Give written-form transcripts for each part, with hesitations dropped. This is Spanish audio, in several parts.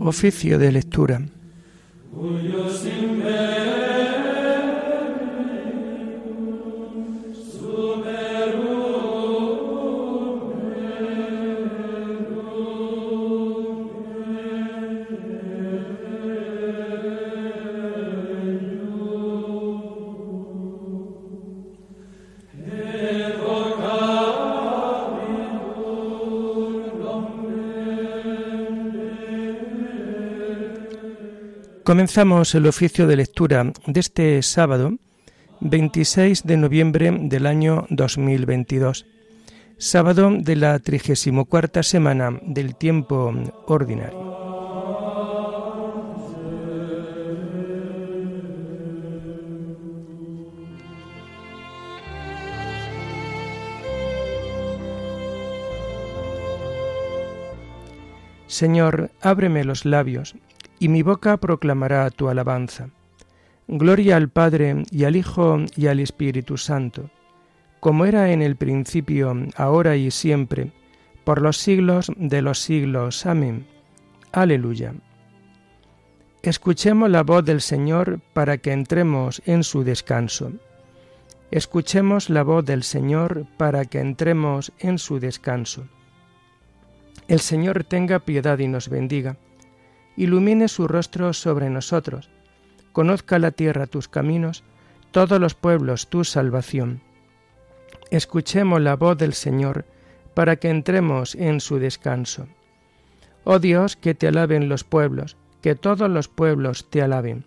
Oficio de lectura. Comenzamos el oficio de lectura de este sábado, 26 de noviembre del año 2022, sábado de la 34ª semana del tiempo ordinario. Señor, ábreme los labios, y mi boca proclamará tu alabanza. Gloria al Padre, y al Hijo, y al Espíritu Santo, como era en el principio, ahora y siempre, por los siglos de los siglos. Amén. Aleluya. Escuchemos la voz del Señor para que entremos en su descanso. Escuchemos la voz del Señor para que entremos en su descanso. El Señor tenga piedad y nos bendiga. Ilumine su rostro sobre nosotros. Conozca la tierra tus caminos, todos los pueblos tu salvación. Escuchemos la voz del Señor, para que entremos en su descanso. Oh Dios, que te alaben los pueblos, que todos los pueblos te alaben.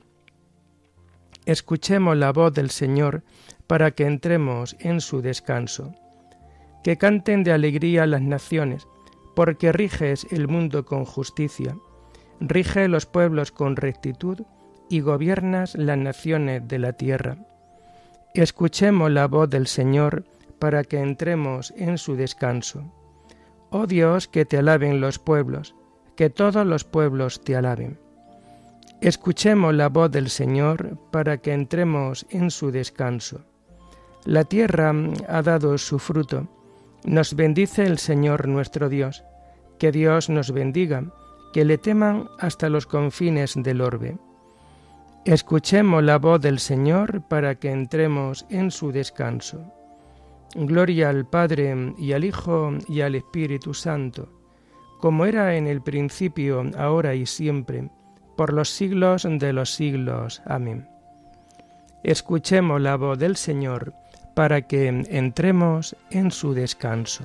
Escuchemos la voz del Señor, para que entremos en su descanso. Que canten de alegría las naciones, porque riges el mundo con justicia. Rige los pueblos con rectitud y gobiernas las naciones de la tierra. Escuchemos la voz del Señor para que entremos en su descanso. Oh Dios, que te alaben los pueblos, que todos los pueblos te alaben. Escuchemos la voz del Señor para que entremos en su descanso. La tierra ha dado su fruto. Nos bendice el Señor nuestro Dios. Que Dios nos bendiga, que le teman hasta los confines del orbe. Escuchemos la voz del Señor para que entremos en su descanso. Gloria al Padre, y al Hijo, y al Espíritu Santo, como era en el principio, ahora y siempre, por los siglos de los siglos. Amén. Escuchemos la voz del Señor para que entremos en su descanso.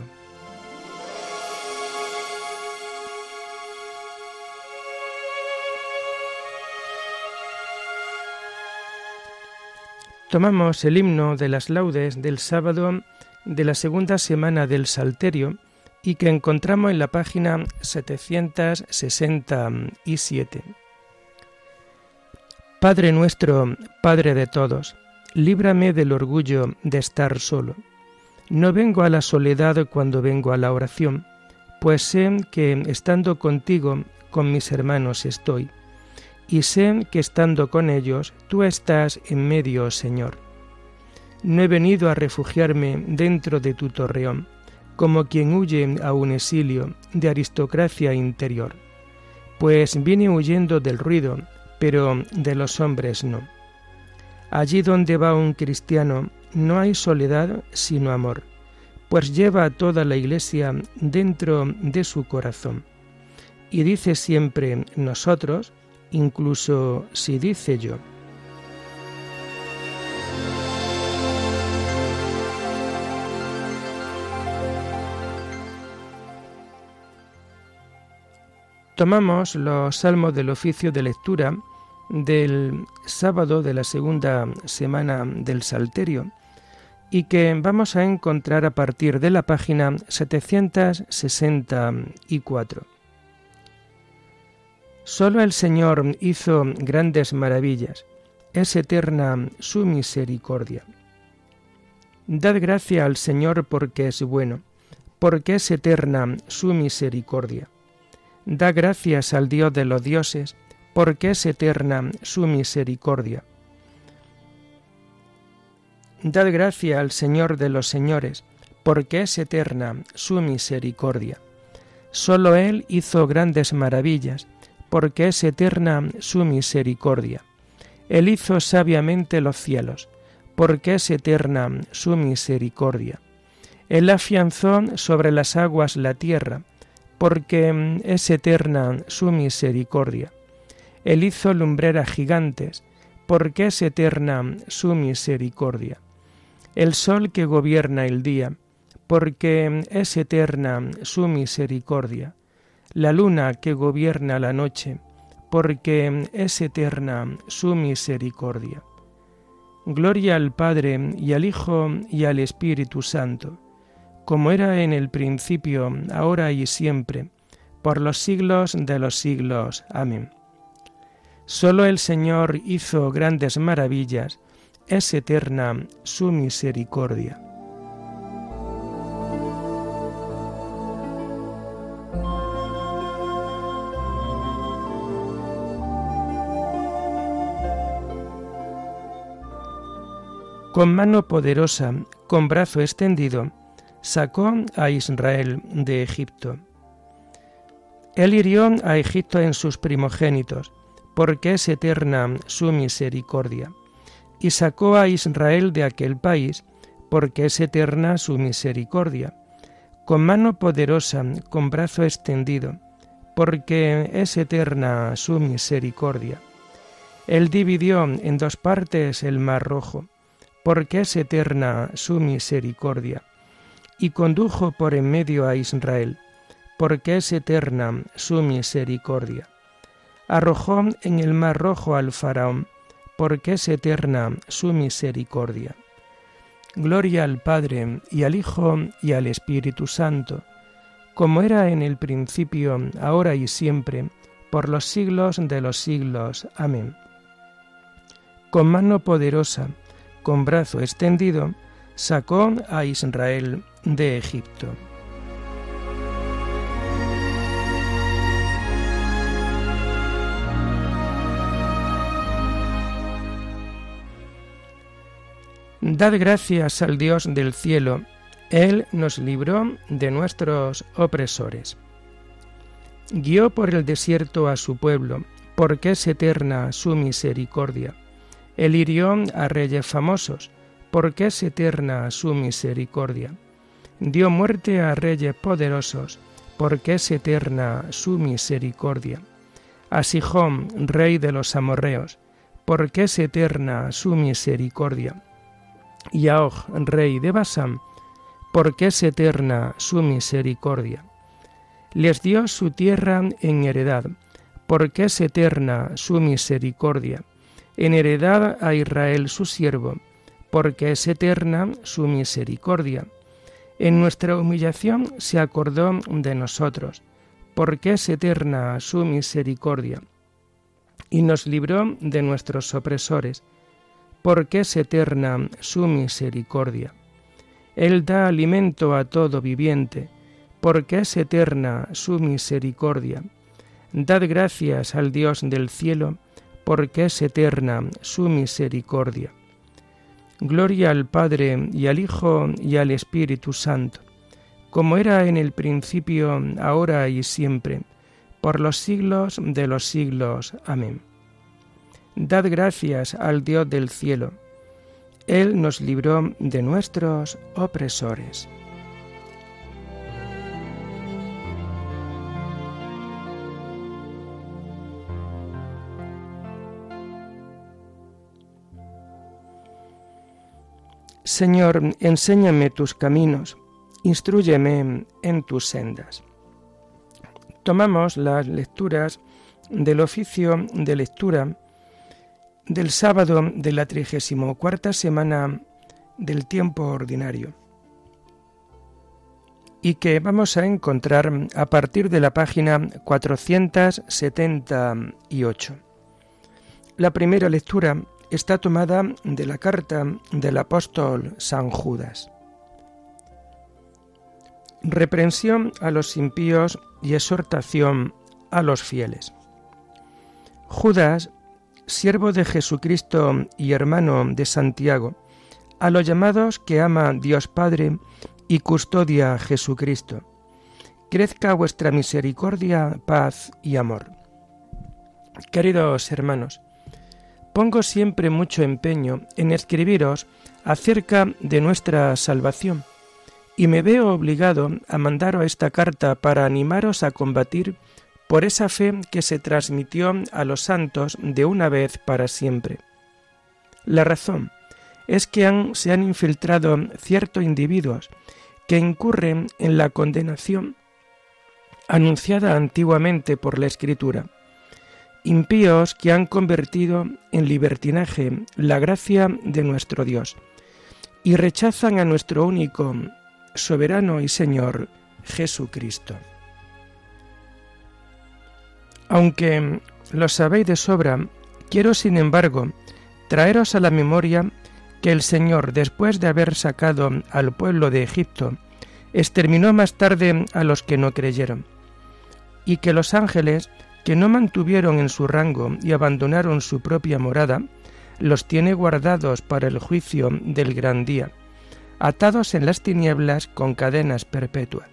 Tomamos el himno de las laudes del sábado de la segunda semana del Salterio y que encontramos en la página 767. Padre nuestro, Padre de todos, líbrame del orgullo de estar solo. No vengo a la soledad cuando vengo a la oración, pues sé que estando contigo, con mis hermanos estoy. Y sé que estando con ellos, tú estás en medio, Señor. No he venido a refugiarme dentro de tu torreón, como quien huye a un exilio de aristocracia interior, pues viene huyendo del ruido, pero de los hombres no. Allí donde va un cristiano no hay soledad sino amor, pues lleva a toda la Iglesia dentro de su corazón. Y dice siempre nosotros, incluso si dice yo. Tomamos los salmos del oficio de lectura del sábado de la segunda semana del Salterio y que vamos a encontrar a partir de la página 764. Solo el Señor hizo grandes maravillas, es eterna su misericordia. Dad gracia al Señor porque es bueno, porque es eterna su misericordia. Da gracias al Dios de los dioses, porque es eterna su misericordia. Dad gracia al Señor de los señores, porque es eterna su misericordia. Solo Él hizo grandes maravillas, porque es eterna su misericordia. Él hizo sabiamente los cielos, porque es eterna su misericordia. Él afianzó sobre las aguas la tierra, porque es eterna su misericordia. Él hizo lumbreras gigantes, porque es eterna su misericordia. El sol que gobierna el día, porque es eterna su misericordia. La luna que gobierna la noche, porque es eterna su misericordia. Gloria al Padre, y al Hijo, y al Espíritu Santo, como era en el principio, ahora y siempre, por los siglos de los siglos. Amén. Solo el Señor hizo grandes maravillas, es eterna su misericordia. Con mano poderosa, con brazo extendido, sacó a Israel de Egipto. Él hirió a Egipto en sus primogénitos, porque es eterna su misericordia, y sacó a Israel de aquel país, porque es eterna su misericordia, con mano poderosa, con brazo extendido, porque es eterna su misericordia. Él dividió en dos partes el mar Rojo, porque es eterna su misericordia, y condujo por en medio a Israel, porque es eterna su misericordia. Arrojó en el mar Rojo al faraón, porque es eterna su misericordia. Gloria al Padre, y al Hijo, y al Espíritu Santo, como era en el principio, ahora y siempre, por los siglos de los siglos. Amén. Con mano poderosa, con brazo extendido, sacó a Israel de Egipto. Dad gracias al Dios del cielo, Él nos libró de nuestros opresores. Guió por el desierto a su pueblo, porque es eterna su misericordia. Él hirió a reyes famosos, porque es eterna su misericordia. Dio muerte a reyes poderosos, porque es eterna su misericordia. A Sihón, rey de los amorreos, porque es eterna su misericordia. Y a Og, rey de Basán, porque es eterna su misericordia. Les dio su tierra en heredad, porque es eterna su misericordia. En heredad a Israel su siervo, porque es eterna su misericordia. En nuestra humillación se acordó de nosotros, porque es eterna su misericordia. Y nos libró de nuestros opresores, porque es eterna su misericordia. Él da alimento a todo viviente, porque es eterna su misericordia. Dad gracias al Dios del cielo, porque es eterna su misericordia. Gloria al Padre, y al Hijo, y al Espíritu Santo, como era en el principio, ahora y siempre, por los siglos de los siglos. Amén. Dad gracias al Dios del cielo. Él nos libró de nuestros opresores. Señor, enséñame tus caminos, instrúyeme en tus sendas. Tomamos las lecturas del oficio de lectura del sábado de la 34ª semana del tiempo ordinario, y que vamos a encontrar a partir de la página 478. La primera lectura está tomada de la carta del apóstol San Judas. Reprensión a los impíos y exhortación a los fieles. Judas, siervo de Jesucristo y hermano de Santiago, a los llamados que ama Dios Padre y custodia a Jesucristo. Crezca vuestra misericordia, paz y amor. Queridos hermanos, pongo siempre mucho empeño en escribiros acerca de nuestra salvación, y me veo obligado a mandaros esta carta para animaros a combatir por esa fe que se transmitió a los santos de una vez para siempre. La razón es que se han infiltrado ciertos individuos que incurren en la condenación anunciada antiguamente por la Escritura, impíos que han convertido en libertinaje la gracia de nuestro Dios y rechazan a nuestro único, soberano y Señor, Jesucristo. Aunque lo sabéis de sobra, quiero sin embargo traeros a la memoria que el Señor, después de haber sacado al pueblo de Egipto, exterminó más tarde a los que no creyeron, y que los ángeles, que no mantuvieron en su rango y abandonaron su propia morada, los tiene guardados para el juicio del gran día, atados en las tinieblas con cadenas perpetuas.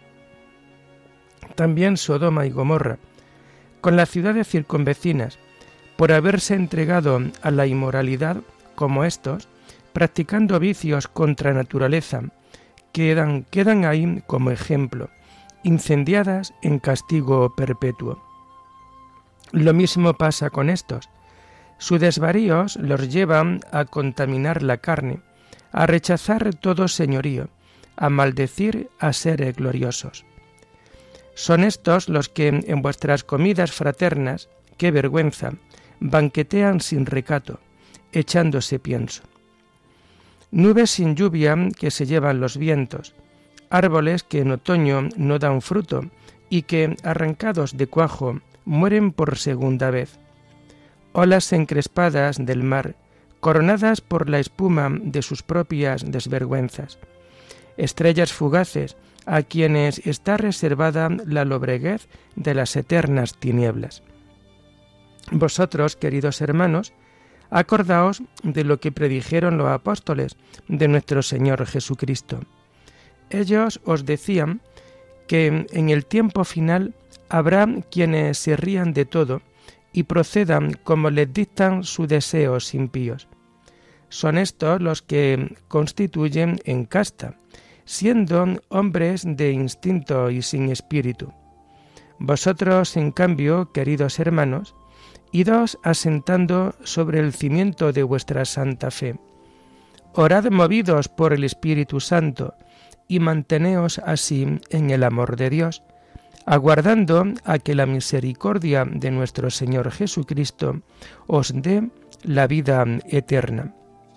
También Sodoma y Gomorra, con las ciudades circunvecinas, por haberse entregado a la inmoralidad como estos, practicando vicios contra naturaleza, quedan ahí como ejemplo, incendiadas en castigo perpetuo. Lo mismo pasa con estos. Sus desvaríos los llevan a contaminar la carne, a rechazar todo señorío, a maldecir a seres gloriosos. Son estos los que en vuestras comidas fraternas, qué vergüenza, banquetean sin recato, echándose pienso. Nubes sin lluvia que se llevan los vientos, árboles que en otoño no dan fruto y que, arrancados de cuajo, mueren por segunda vez. Olas encrespadas del mar, coronadas por la espuma de sus propias desvergüenzas. Estrellas fugaces, a quienes está reservada la lobreguez de las eternas tinieblas. Vosotros, queridos hermanos, acordaos de lo que predijeron los apóstoles de nuestro Señor Jesucristo. Ellos os decían que en el tiempo final habrá quienes se rían de todo y procedan como les dictan sus deseos impíos. Son estos los que constituyen en casta, siendo hombres de instinto y sin espíritu. Vosotros, en cambio, queridos hermanos, idos asentando sobre el cimiento de vuestra santa fe. Orad movidos por el Espíritu Santo y manteneos así en el amor de Dios, aguardando a que la misericordia de nuestro Señor Jesucristo os dé la vida eterna.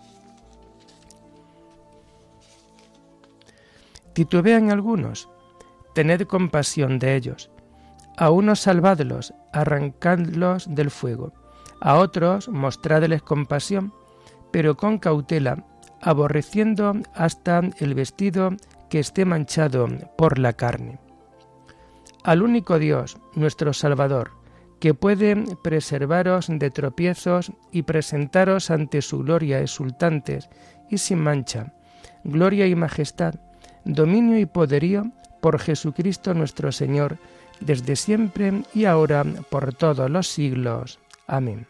¿Titubean algunos? Tened compasión de ellos. A unos salvadlos, arrancadlos del fuego. A otros mostradles compasión, pero con cautela, aborreciendo hasta el vestido que esté manchado por la carne. Al único Dios, nuestro Salvador, que puede preservaros de tropiezos y presentaros ante su gloria exultantes y sin mancha, gloria y majestad, dominio y poderío por Jesucristo nuestro Señor, desde siempre y ahora por todos los siglos. Amén.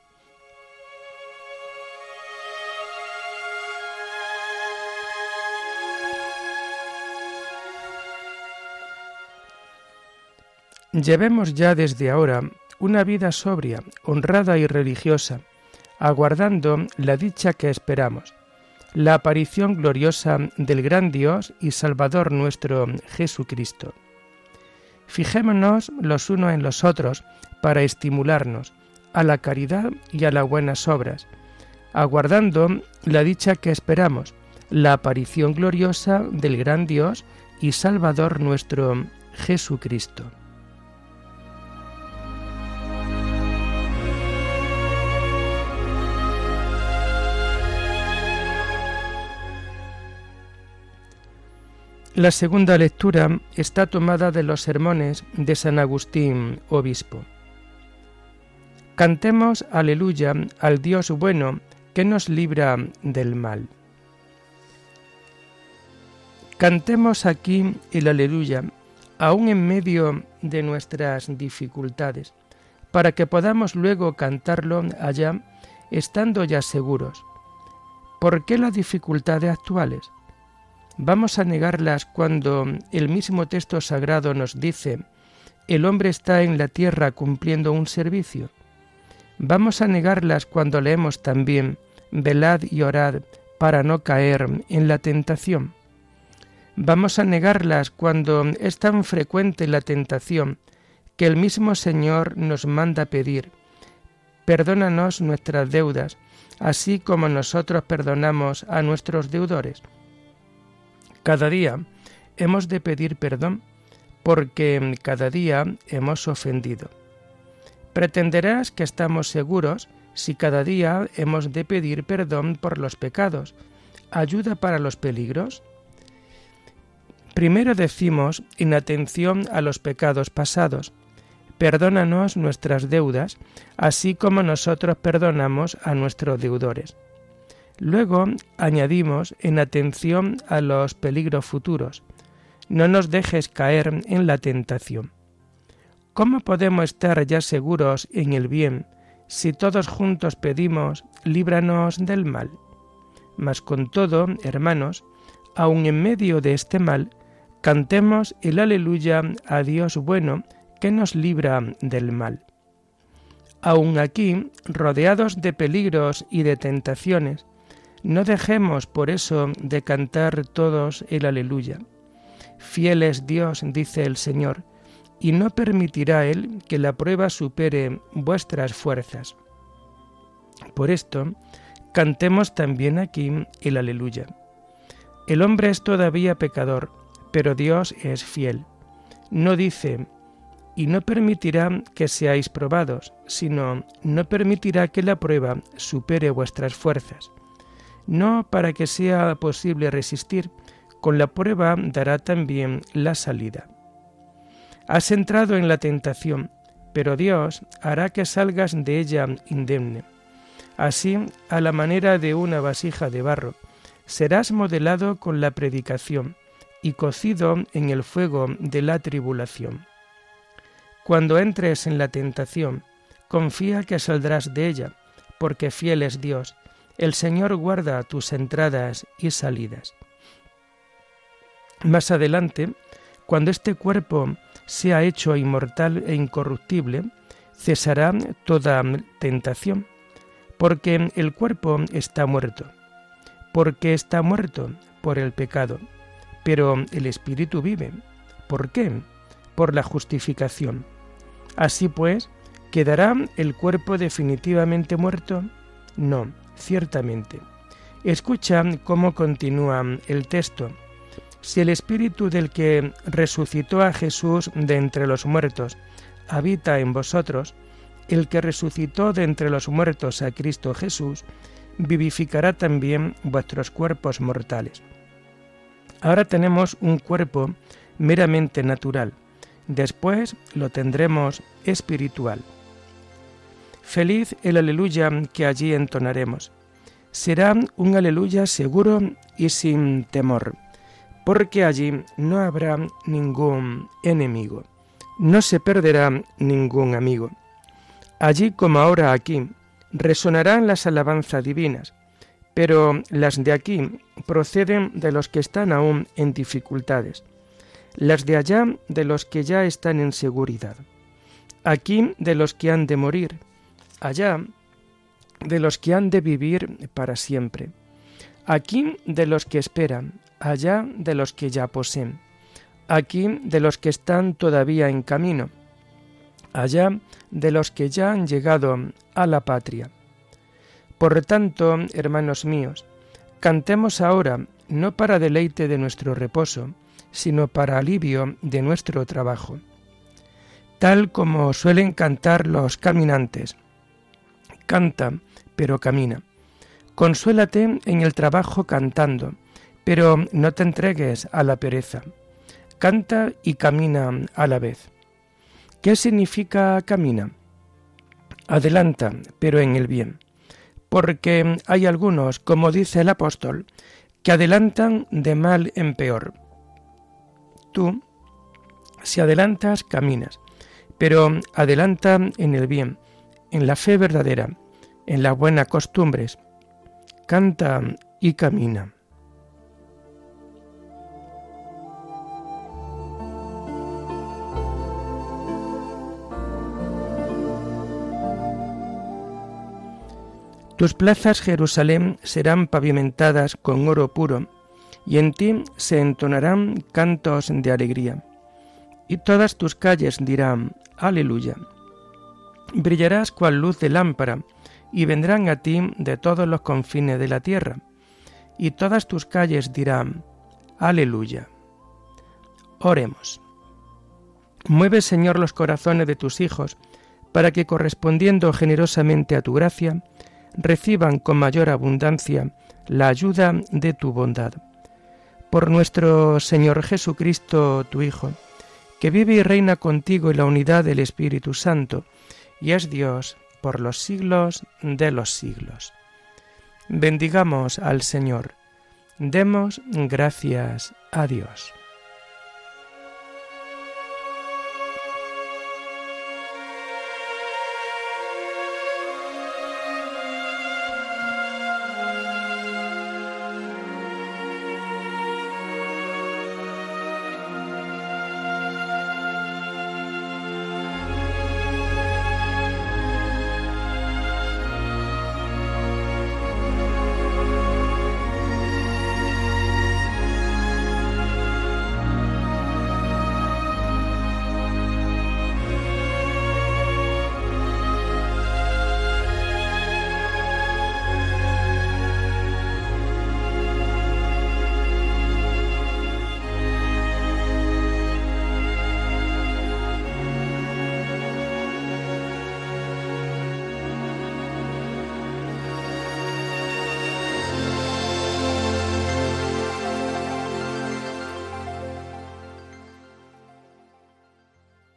Llevemos ya desde ahora una vida sobria, honrada y religiosa, aguardando la dicha que esperamos, la aparición gloriosa del gran Dios y Salvador nuestro Jesucristo. Fijémonos los unos en los otros para estimularnos a la caridad y a las buenas obras, aguardando la dicha que esperamos, la aparición gloriosa del gran Dios y Salvador nuestro Jesucristo. La segunda lectura está tomada de los sermones de San Agustín, obispo. Cantemos aleluya al Dios bueno que nos libra del mal. Cantemos aquí el aleluya, aún en medio de nuestras dificultades, para que podamos luego cantarlo allá, estando ya seguros. ¿Por qué las dificultades actuales? ¿Vamos a negarlas cuando el mismo texto sagrado nos dice: el hombre está en la tierra cumpliendo un servicio? ¿Vamos a negarlas cuando leemos también: velad y orad para no caer en la tentación? ¿Vamos a negarlas cuando es tan frecuente la tentación que el mismo Señor nos manda pedir: perdónanos nuestras deudas, así como nosotros perdonamos a nuestros deudores? Cada día hemos de pedir perdón, porque cada día hemos ofendido. ¿Pretenderás que estamos seguros si cada día hemos de pedir perdón por los pecados, ayuda para los peligros? Primero decimos, en atención a los pecados pasados: perdónanos nuestras deudas, así como nosotros perdonamos a nuestros deudores. Luego añadimos, en atención a los peligros futuros: no nos dejes caer en la tentación. ¿Cómo podemos estar ya seguros en el bien si todos juntos pedimos: líbranos del mal? Mas con todo, hermanos, aun en medio de este mal, cantemos el aleluya a Dios bueno, que nos libra del mal. Aun aquí, rodeados de peligros y de tentaciones, no dejemos por eso de cantar todos el aleluya. Fiel es Dios, dice el Señor, y no permitirá Él que la prueba supere vuestras fuerzas. Por esto, cantemos también aquí el aleluya. El hombre es todavía pecador, pero Dios es fiel. No dice: y no permitirá que seáis probados, sino: no permitirá que la prueba supere vuestras fuerzas. No para que sea posible resistir, con la prueba dará también la salida. Has entrado en la tentación, pero Dios hará que salgas de ella indemne. Así, a la manera de una vasija de barro, serás modelado con la predicación y cocido en el fuego de la tribulación. Cuando entres en la tentación, confía que saldrás de ella, porque fiel es Dios. El Señor guarda tus entradas y salidas. Más adelante, cuando este cuerpo sea hecho inmortal e incorruptible, cesará toda tentación, porque el cuerpo está muerto. ¿Por qué está muerto? Por el pecado. Pero el espíritu vive. ¿Por qué? Por la justificación. Así pues, ¿quedará el cuerpo definitivamente muerto? No, ciertamente. Escucha cómo continúa el texto. Si el espíritu del que resucitó a Jesús de entre los muertos habita en vosotros, el que resucitó de entre los muertos a Cristo Jesús vivificará también vuestros cuerpos mortales. Ahora tenemos un cuerpo meramente natural, después lo tendremos espiritual. Feliz el aleluya que allí entonaremos. Será un aleluya seguro y sin temor, porque allí no habrá ningún enemigo, no se perderá ningún amigo. Allí, como ahora aquí, resonarán las alabanzas divinas, pero las de aquí proceden de los que están aún en dificultades, las de allá de los que ya están en seguridad, aquí de los que han de morir, allá de los que han de vivir para siempre, aquí de los que esperan, allá de los que ya poseen, aquí de los que están todavía en camino, allá de los que ya han llegado a la patria. Por tanto, hermanos míos, cantemos ahora no para deleite de nuestro reposo, sino para alivio de nuestro trabajo. Tal como suelen cantar los caminantes. Canta, pero camina. Consuélate en el trabajo cantando, pero no te entregues a la pereza. Canta y camina a la vez. ¿Qué significa camina? Adelanta, pero en el bien. Porque hay algunos, como dice el apóstol, que adelantan de mal en peor. Tú, si adelantas, caminas, pero adelanta en el bien, en la fe verdadera, en las buenas costumbres. Canta y camina. Tus plazas, Jerusalén, serán pavimentadas con oro puro, y en ti se entonarán cantos de alegría. Y todas tus calles dirán, aleluya. Brillarás cual luz de lámpara, y vendrán a ti de todos los confines de la tierra. Y todas tus calles dirán, aleluya. Oremos. Mueve, Señor, los corazones de tus hijos, para que, correspondiendo generosamente a tu gracia, reciban con mayor abundancia la ayuda de tu bondad. Por nuestro Señor Jesucristo, tu Hijo, que vive y reina contigo en la unidad del Espíritu Santo, y es Dios por los siglos de los siglos. Bendigamos al Señor. Demos gracias a Dios.